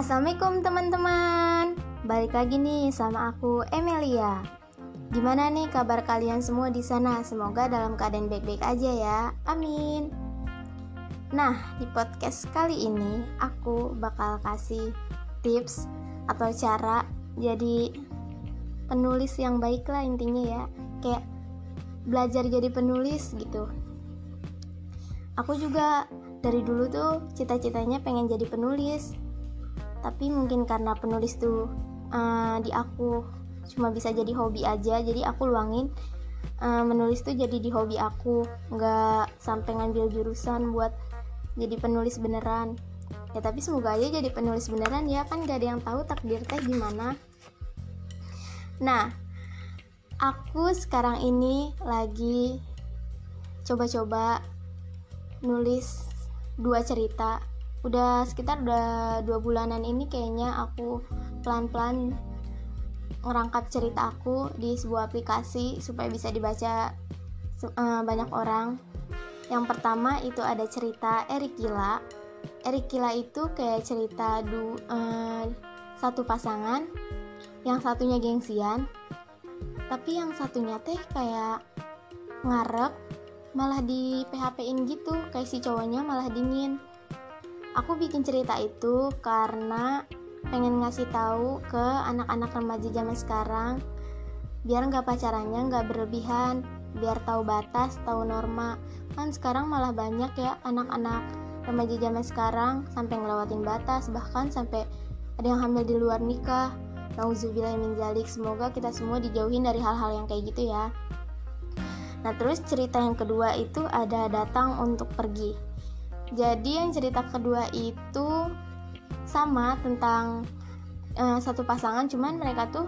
Assalamualaikum teman-teman. Balik lagi nih sama aku Emilia. Gimana nih kabar kalian semua di sana? Semoga dalam keadaan baik-baik aja ya. Amin. Nah, di podcast kali ini aku bakal kasih tips atau cara jadi penulis yang baik lah intinya ya. Kayak belajar jadi penulis gitu. Aku juga dari dulu tuh cita-citanya pengen jadi penulis. Tapi mungkin karena penulis tuh di aku cuma bisa jadi hobi aja, jadi aku luangin menulis tuh jadi di hobi aku, nggak sampai ngambil jurusan buat jadi penulis beneran. Ya tapi semoga aja jadi penulis beneran ya, kan gak ada yang tahu takdir teh gimana. Nah, aku sekarang ini lagi coba-coba nulis 2 cerita. Udah 2 bulanan ini kayaknya aku pelan-pelan ngerangkap cerita aku di sebuah aplikasi supaya bisa dibaca banyak orang. Yang pertama itu ada cerita Erik Gila. Erik Gila itu kayak cerita satu pasangan, yang satunya gengsian, tapi yang satunya teh kayak ngarep, malah di PHP-in gitu, kayak si cowoknya malah dingin. Aku bikin cerita itu karena pengen ngasih tahu ke anak-anak remaja zaman sekarang biar nggak pacarannya nggak berlebihan, biar tahu batas, tahu norma. Kan sekarang malah banyak ya anak-anak remaja zaman sekarang sampai ngelewatin batas, bahkan sampai ada yang hamil di luar nikah. Nauzubillah min dzalik. Semoga kita semua dijauhin dari hal-hal yang kayak gitu ya. Nah, terus cerita yang kedua itu ada Datang Untuk Pergi. Jadi yang cerita kedua itu sama tentang satu pasangan, cuman mereka tuh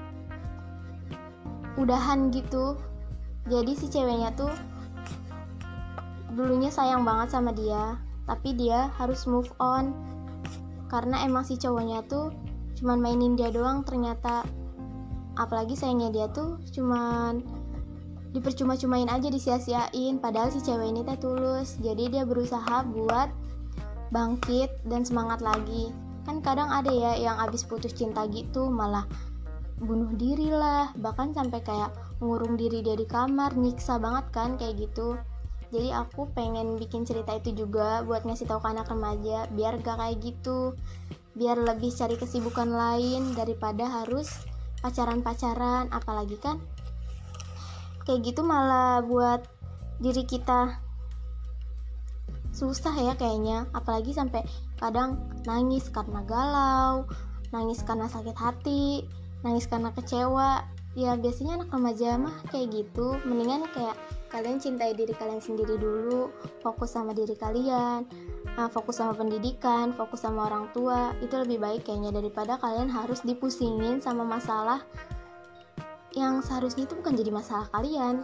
udahan gitu. Jadi si ceweknya tuh dulunya sayang banget sama dia, tapi dia harus move on karena emang si cowoknya tuh cuman mainin dia doang ternyata. Apalagi sayangnya dia tuh cuman dipercuma-cumain aja, disia-siain, padahal si cewek ini teh tulus. Jadi dia berusaha buat bangkit dan semangat lagi. Kan kadang ada ya yang abis putus cinta gitu malah bunuh diri lah, bahkan sampai kayak ngurung diri dia di kamar, nyiksa banget kan kayak gitu. Jadi aku pengen bikin cerita itu juga buat ngasih tahu ke anak remaja biar gak kayak gitu, biar lebih cari kesibukan lain daripada harus pacaran-pacaran. Apalagi kan kayak gitu malah buat diri kita susah ya kayaknya. Apalagi sampai kadang nangis karena galau, nangis karena sakit hati, nangis karena kecewa. Ya biasanya anak remaja mah kayak gitu. Mendingan kayak kalian cintai diri kalian sendiri dulu, fokus sama diri kalian, fokus sama pendidikan, fokus sama orang tua. Itu lebih baik kayaknya daripada kalian harus dipusingin sama masalah yang seharusnya itu bukan jadi masalah kalian.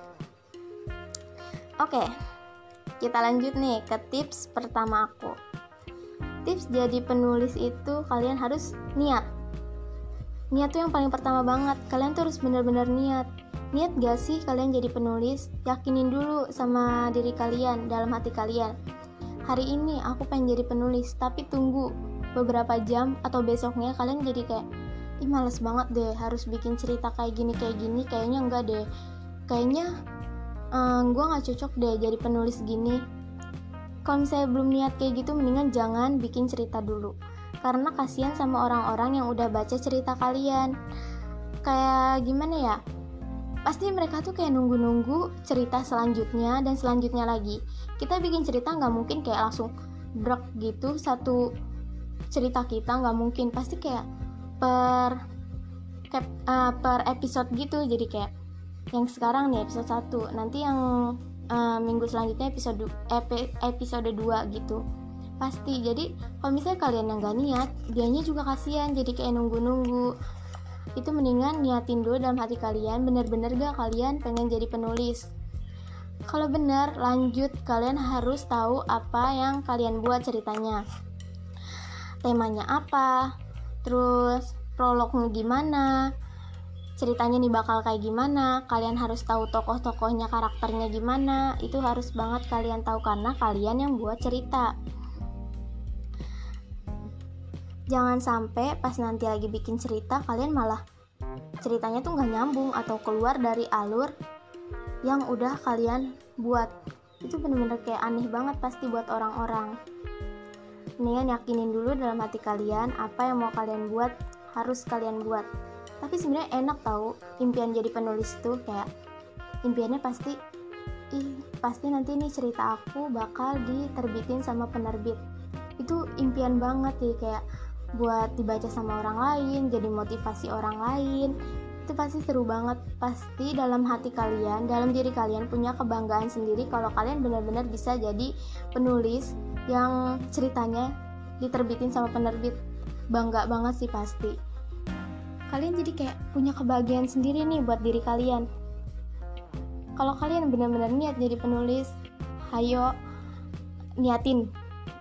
Oke, kita lanjut nih ke tips pertama aku. Tips jadi penulis itu kalian harus niat. Niat tuh yang paling pertama banget. Kalian tuh harus benar-benar niat. Niat gak sih kalian jadi penulis? Yakinin dulu sama diri kalian, dalam hati kalian, hari ini aku pengen jadi penulis. Tapi tunggu beberapa jam atau besoknya kalian jadi kayak, ih males banget deh harus bikin cerita kayak gini, kayaknya enggak deh, kayaknya gue gak cocok deh jadi penulis gini. Kalau misalnya belum niat kayak gitu, mendingan jangan bikin cerita dulu, karena kasihan sama orang-orang yang udah baca cerita kalian. Kayak gimana ya, pasti mereka tuh kayak nunggu-nunggu cerita selanjutnya dan selanjutnya lagi. Kita bikin cerita gak mungkin kayak langsung brek gitu satu cerita kita, gak mungkin. Pasti kayak per episode gitu. Jadi kayak yang sekarang nih episode 1, nanti yang minggu selanjutnya episode 2 gitu. Pasti. Jadi kalau misalnya kalian yang gak niat, dianya juga kasihan, jadi kayak nunggu-nunggu. Itu mendingan niatin dulu dalam hati kalian, bener-bener gak kalian pengen jadi penulis. Kalau bener, lanjut, kalian harus tahu apa yang kalian buat ceritanya, temanya apa, terus prolognya gimana, ceritanya nih bakal kayak gimana. Kalian harus tahu tokoh-tokohnya, karakternya gimana. Itu harus banget kalian tahu karena kalian yang buat cerita. Jangan sampai pas nanti lagi bikin cerita kalian malah ceritanya tuh nggak nyambung atau keluar dari alur yang udah kalian buat. Itu bener-bener kayak aneh banget pasti buat orang-orang. Mendingan yakinin dulu dalam hati kalian apa yang mau kalian buat harus kalian buat. Tapi sebenarnya enak tahu impian jadi penulis tuh, kayak impiannya pasti nanti nih cerita aku bakal diterbitin sama penerbit. Itu impian banget sih, kayak buat dibaca sama orang lain, jadi motivasi orang lain. Itu pasti seru banget. Pasti dalam hati kalian, dalam diri kalian punya kebanggaan sendiri kalau kalian benar-benar bisa jadi penulis yang ceritanya diterbitin sama penerbit. Bangga banget sih pasti. Kalian jadi kayak punya kebahagiaan sendiri nih buat diri kalian. Kalau kalian benar-benar niat jadi penulis, hayo giatin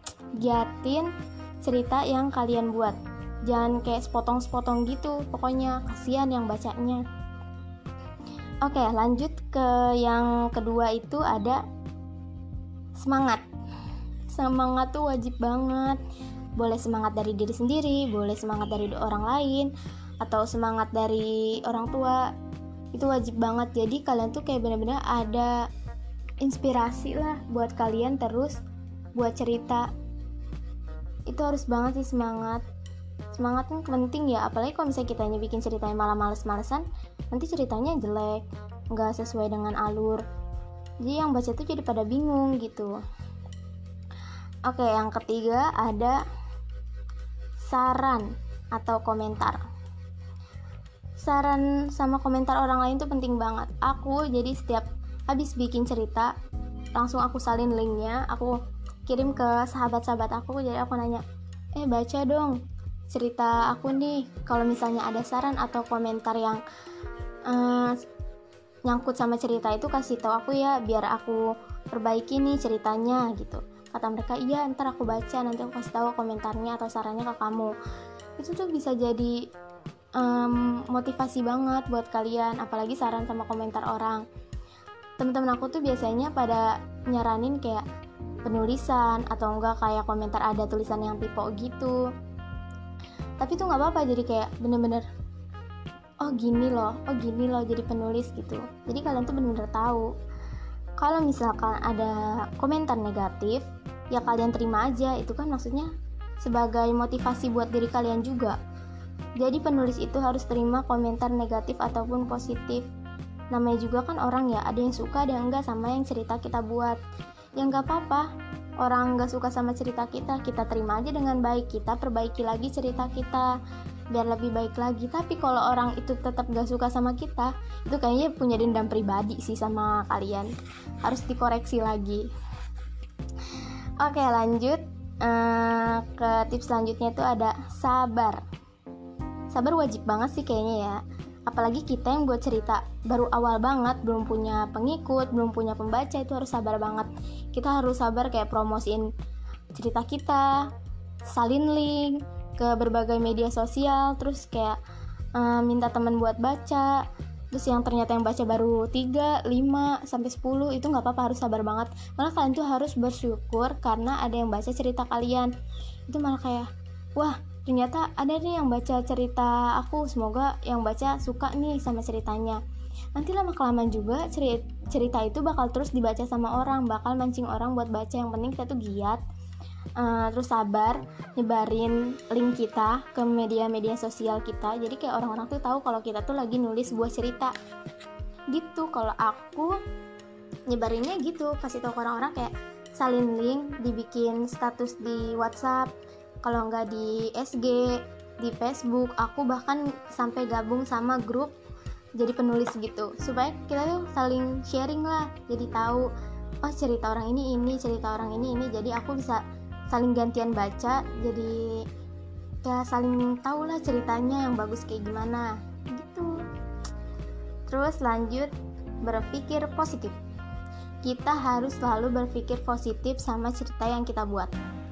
cerita yang kalian buat. Jangan kayak sepotong-sepotong gitu, pokoknya kasihan yang bacanya. Oke, lanjut ke yang kedua, itu ada semangat. Semangat tuh wajib banget. Boleh semangat dari diri sendiri, boleh semangat dari orang lain, atau semangat dari orang tua. Itu wajib banget. Jadi kalian tuh kayak benar-benar ada inspirasi lah buat kalian terus buat cerita. Itu harus banget sih semangat. Semangat kan penting ya, apalagi kalau misalnya kitanya bikin ceritanya malah males-malesan, nanti ceritanya jelek, nggak sesuai dengan alur. Jadi yang baca tuh jadi pada bingung gitu. Oke, yang ketiga ada saran atau komentar. Saran sama komentar orang lain tuh penting banget. Aku jadi setiap habis bikin cerita langsung aku salin linknya, aku kirim ke sahabat-sahabat aku. Jadi aku nanya, baca dong cerita aku nih, kalau misalnya ada saran atau komentar yang nyangkut sama cerita itu kasih tahu aku ya, biar aku perbaiki nih ceritanya gitu. Kata mereka, iya ntar aku baca, nanti aku kasih tahu komentarnya atau sarannya ke kamu. Itu tuh bisa jadi motivasi banget buat kalian, apalagi saran sama komentar orang. Temen-temen aku tuh biasanya pada nyaranin kayak penulisan atau enggak kayak komentar ada tulisan yang typo gitu. Tapi tuh nggak apa-apa, jadi kayak bener-bener oh gini loh jadi penulis gitu. Jadi kalian tuh bener-bener tahu. Kalau misalkan ada komentar negatif, ya kalian terima aja. Itu kan maksudnya sebagai motivasi buat diri kalian juga. Jadi penulis itu harus terima komentar negatif ataupun positif. Namanya juga kan orang ya, ada yang suka ada yang enggak sama yang cerita kita buat. Ya nggak apa-apa, orang nggak suka sama cerita kita terima aja dengan baik, kita perbaiki lagi cerita kita biar lebih baik lagi. Tapi kalau orang itu tetap nggak suka sama kita, itu kayaknya punya dendam pribadi sih sama kalian, harus dikoreksi lagi. Oke, lanjut ke tips selanjutnya itu ada sabar. Sabar wajib banget sih kayaknya ya, apalagi kita yang buat cerita baru awal banget, belum punya pengikut, belum punya pembaca, itu harus sabar banget. Kita harus sabar kayak promosiin cerita kita, salin link ke berbagai media sosial, terus kayak minta teman buat baca. Terus yang ternyata yang baca baru 3, 5, sampai 10, itu gak apa-apa, harus sabar banget. Malah kalian tuh harus bersyukur karena ada yang baca cerita kalian. Itu malah kayak, wah ternyata ada nih yang baca cerita aku, semoga yang baca suka nih sama ceritanya. Nanti lama-kelamaan juga cerita itu bakal terus dibaca sama orang, bakal mancing orang buat baca. Yang penting kita tuh giat, terus sabar, nyebarin link kita ke media-media sosial kita. Jadi kayak orang-orang tuh tahu kalau kita tuh lagi nulis sebuah cerita gitu. Kalau aku nyebarinnya gitu, kasih tahu ke orang-orang kayak salin link, dibikin status di WhatsApp, kalau nggak di SG, di Facebook. Aku bahkan sampai gabung sama grup jadi penulis gitu, supaya kita tuh saling sharing lah, jadi tahu oh cerita orang ini, cerita orang ini. Jadi aku bisa saling gantian baca, jadi ya saling tahu lah ceritanya yang bagus kayak gimana gitu. Terus lanjut, berpikir positif. Kita harus selalu berpikir positif sama cerita yang kita buat.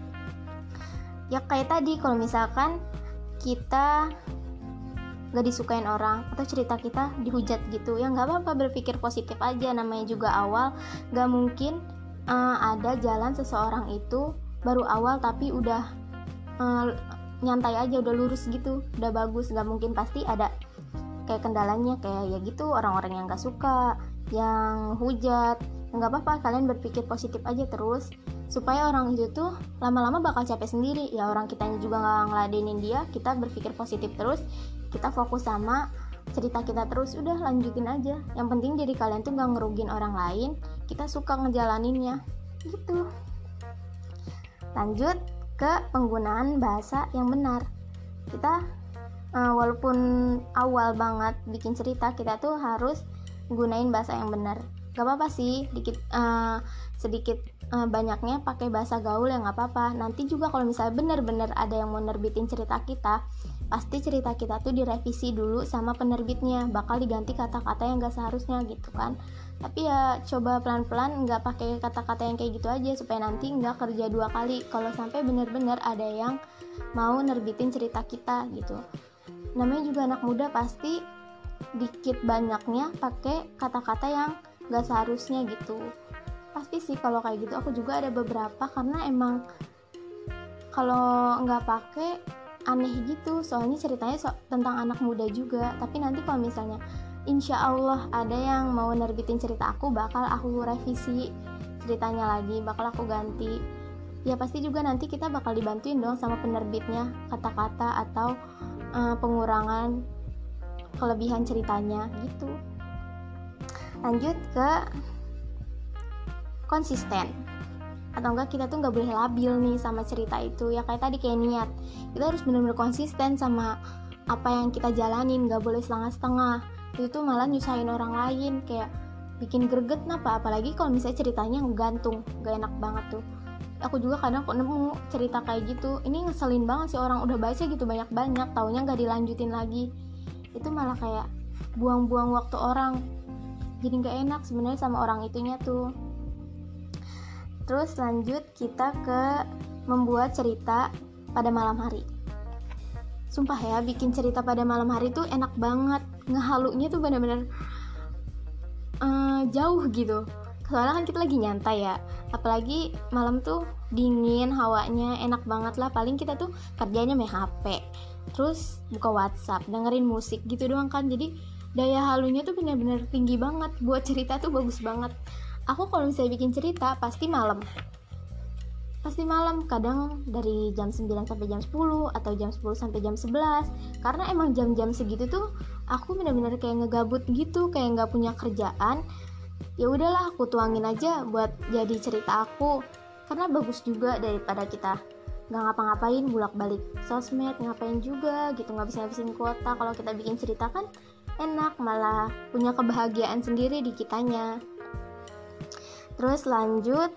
Ya kayak tadi, kalau misalkan kita gak disukain orang atau cerita kita dihujat gitu, ya gak apa-apa, berpikir positif aja. Namanya juga awal, gak mungkin ada jalan seseorang itu baru awal tapi udah nyantai aja, udah lurus gitu, udah bagus. Gak mungkin, pasti ada kayak kendalanya, kayak ya gitu, orang-orang yang gak suka, yang hujat. Nggak apa-apa, kalian berpikir positif aja terus, supaya orang itu tuh lama-lama bakal capek sendiri. Ya orang kitanya juga nggak ngeladenin dia, kita berpikir positif terus, kita fokus sama cerita kita terus, udah lanjutin aja. Yang penting jadi kalian tuh nggak ngerugin orang lain, kita suka ngejalaninnya gitu. Lanjut ke penggunaan bahasa yang benar. Kita walaupun awal banget bikin cerita, kita tuh harus gunain bahasa yang benar. Gak apa-apa sih sedikit banyaknya pakai bahasa gaul, ya gak apa-apa. Nanti juga kalau misalnya bener-bener ada yang mau nerbitin cerita kita, pasti cerita kita tuh direvisi dulu sama penerbitnya, bakal diganti kata-kata yang gak seharusnya gitu kan. Tapi ya coba pelan-pelan, gak pakai kata-kata yang kayak gitu aja, supaya nanti gak kerja 2 kali kalau sampai bener-bener ada yang mau nerbitin cerita kita gitu. Namanya juga anak muda, pasti dikit banyaknya pakai kata-kata yang gak seharusnya gitu. Pasti sih kalau kayak gitu. Aku juga ada beberapa, karena emang kalau nggak pakai aneh gitu, soalnya ceritanya tentang anak muda juga. Tapi nanti kalau misalnya insya Allah ada yang mau nerbitin cerita aku, bakal aku revisi ceritanya lagi, bakal aku ganti. Ya pasti juga nanti kita bakal dibantuin dong sama penerbitnya, kata-kata atau pengurangan kelebihan ceritanya gitu. Lanjut ke konsisten, atau enggak kita tuh nggak boleh labil nih sama cerita itu. Ya kayak tadi, kayak niat, kita harus benar-benar konsisten sama apa yang kita jalanin, nggak boleh setengah-setengah. Itu tuh malah nyusahin orang lain, kayak bikin greget. Apalagi kalau misalnya ceritanya ngegantung, gak enak banget tuh. Aku juga kadang kok nemu cerita kayak gitu, ini ngeselin banget sih, orang udah baca gitu banyak-banyak, taunya nggak dilanjutin lagi. Itu malah kayak buang-buang waktu orang, jadi gak enak sebenarnya sama orang itunya tuh. Terus lanjut kita ke membuat cerita pada malam hari. Sumpah ya, bikin cerita pada malam hari tuh enak banget, ngehalunya tuh bener-bener jauh gitu. Soalnya kan kita lagi nyantai ya, apalagi malam tuh dingin, hawanya enak banget lah. Paling kita tuh kerjanya main HP, terus buka WhatsApp, dengerin musik gitu doang kan. Jadi daya halunya tuh benar-benar tinggi banget, buat cerita tuh bagus banget. Aku kalau misalnya bikin cerita pasti malam, kadang dari jam 9 sampai jam 10 atau jam 10 sampai jam 11, karena emang jam-jam segitu tuh aku benar-benar kayak ngegabut gitu, kayak nggak punya kerjaan. Ya udahlah, aku tuangin aja buat jadi cerita aku, karena bagus juga daripada kita nggak ngapa-ngapain, bolak-balik sosmed, ngapain juga gitu, nggak bisa habisin kuota. Kalau kita bikin cerita kan enak, malah punya kebahagiaan sendiri di kitanya. Terus lanjut,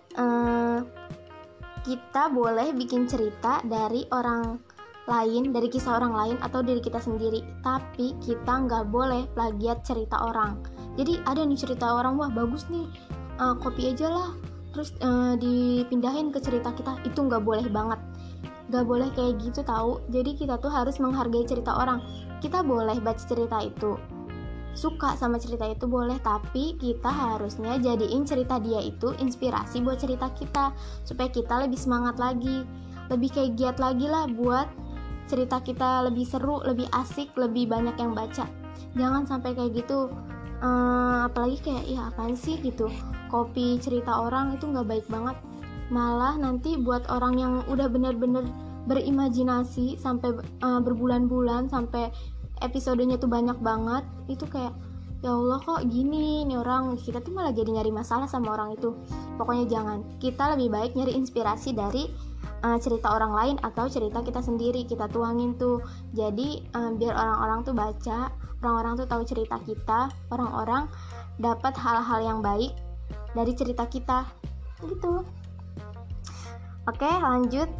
kita boleh bikin cerita dari orang lain, dari kisah orang lain atau dari kita sendiri, tapi kita nggak boleh plagiat cerita orang. Jadi ada nih cerita orang, wah bagus nih, copy aja lah, terus dipindahin ke cerita kita. Itu nggak boleh banget, nggak boleh kayak gitu tahu. Jadi kita tuh harus menghargai cerita orang. Kita boleh baca cerita itu, suka sama cerita itu boleh, tapi kita harusnya jadiin cerita dia itu inspirasi buat cerita kita, supaya kita lebih semangat lagi, lebih kayak giat lagi lah buat cerita kita lebih seru, lebih asik, lebih banyak yang baca. Jangan sampai kayak gitu. Apalagi kayak ya apaan sih gitu, copy cerita orang, itu nggak baik banget. Malah nanti buat orang yang udah bener-bener berimajinasi sampai berbulan-bulan, sampai episodenya tuh banyak banget, itu kayak ya Allah kok gini nih orang, kita tuh malah jadi nyari masalah sama orang itu. Pokoknya jangan, kita lebih baik nyari inspirasi dari cerita orang lain atau cerita kita sendiri, kita tuangin tuh. Jadi biar orang-orang tuh baca, orang-orang tuh tahu cerita kita, orang-orang dapat hal-hal yang baik dari cerita kita gitu. Oke, lanjut,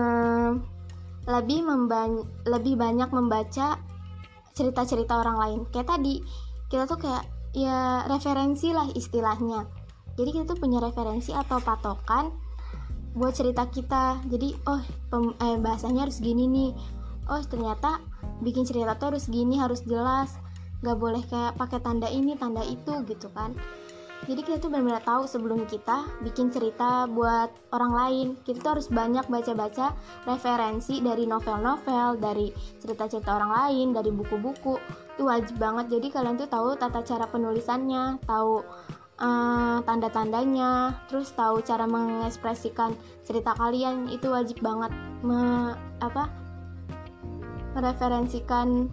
lebih banyak membaca cerita-cerita orang lain. Kayak tadi, kita tuh kayak ya referensi lah istilahnya. Jadi kita tuh punya referensi atau patokan buat cerita kita. Jadi bahasanya harus gini nih, ternyata bikin cerita tuh harus gini, harus jelas, gak boleh kayak pakai tanda ini tanda itu gitu kan. Jadi kita tuh benar-benar tahu sebelum kita bikin cerita buat orang lain, kita tuh harus banyak baca-baca referensi dari novel-novel, dari cerita-cerita orang lain, dari buku-buku. Itu wajib banget. Jadi kalian tuh tahu tata cara penulisannya, tahu tanda-tandanya, terus tahu cara mengekspresikan cerita kalian. Itu wajib banget mereferensikan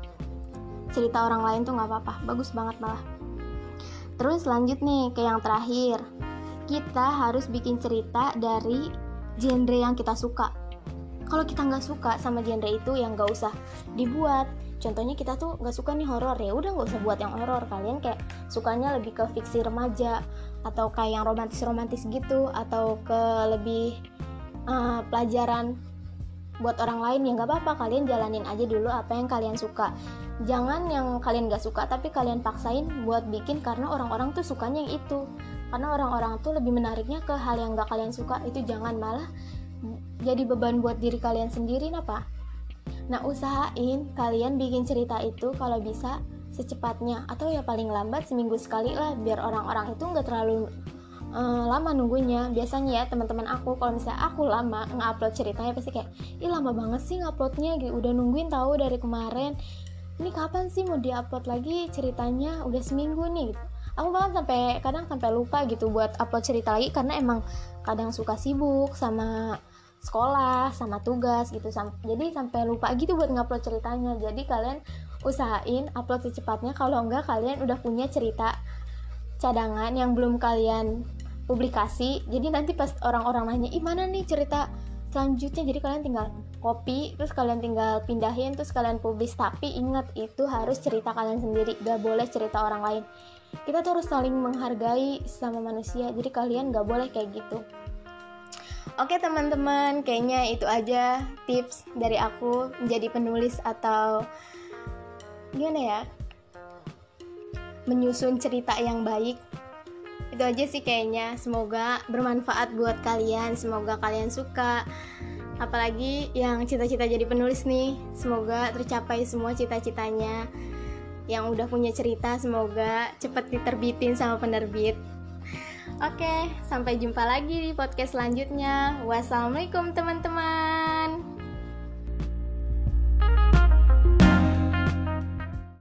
cerita orang lain tuh nggak apa-apa, bagus banget malah. Terus lanjut nih ke yang terakhir, kita harus bikin cerita dari genre yang kita suka. Kalau kita nggak suka sama genre itu, yang nggak usah dibuat. Contohnya kita tuh nggak suka nih horor, ya udah nggak usah buat yang horor. Kalian kayak sukanya lebih ke fiksi remaja, atau kayak yang romantis gitu, atau ke lebih pelajaran buat orang lain, ya nggak apa-apa. Kalian jalanin aja dulu apa yang kalian suka. Jangan yang kalian gak suka tapi kalian paksain buat bikin karena orang-orang tuh sukanya yang itu. Karena orang-orang tuh lebih menariknya ke hal yang gak kalian suka. Itu jangan, malah jadi beban buat diri kalian sendiri, apa? Nah, usahain kalian bikin cerita itu kalau bisa secepatnya, atau ya paling lambat seminggu sekali lah, biar orang-orang itu gak terlalu lama nunggunya. Biasanya ya teman-teman aku, kalau misalnya aku lama nge-upload ceritanya, pasti kayak, ih lama banget sih nge-uploadnya gitu, udah nungguin tahu dari kemarin, ini kapan sih mau di-upload lagi ceritanya, udah seminggu nih gitu. Aku bahkan kadang sampai lupa gitu buat upload cerita lagi, karena emang kadang suka sibuk sama sekolah, sama tugas gitu, jadi sampai lupa gitu buat ngupload ceritanya. Jadi kalian usahain upload secepatnya. Kalau enggak, kalian udah punya cerita cadangan yang belum kalian publikasi, jadi nanti pas orang-orang nanya, ih mana nih cerita selanjutnya, jadi kalian tinggal copy, terus kalian tinggal pindahin, terus kalian publish. Tapi ingat, itu harus cerita kalian sendiri, gak boleh cerita orang lain. Kita tuh harus saling menghargai sama manusia, jadi kalian gak boleh kayak gitu. Oke teman-teman, kayaknya itu aja tips dari aku menjadi penulis, atau gimana ya, menyusun cerita yang baik. Itu aja sih kayaknya. Semoga bermanfaat buat kalian, semoga kalian suka. Apalagi yang cita-cita jadi penulis nih, semoga tercapai semua cita-citanya. Yang udah punya cerita, semoga cepet diterbitin sama penerbit. Oke, sampai jumpa lagi di podcast selanjutnya. Wassalamualaikum teman-teman.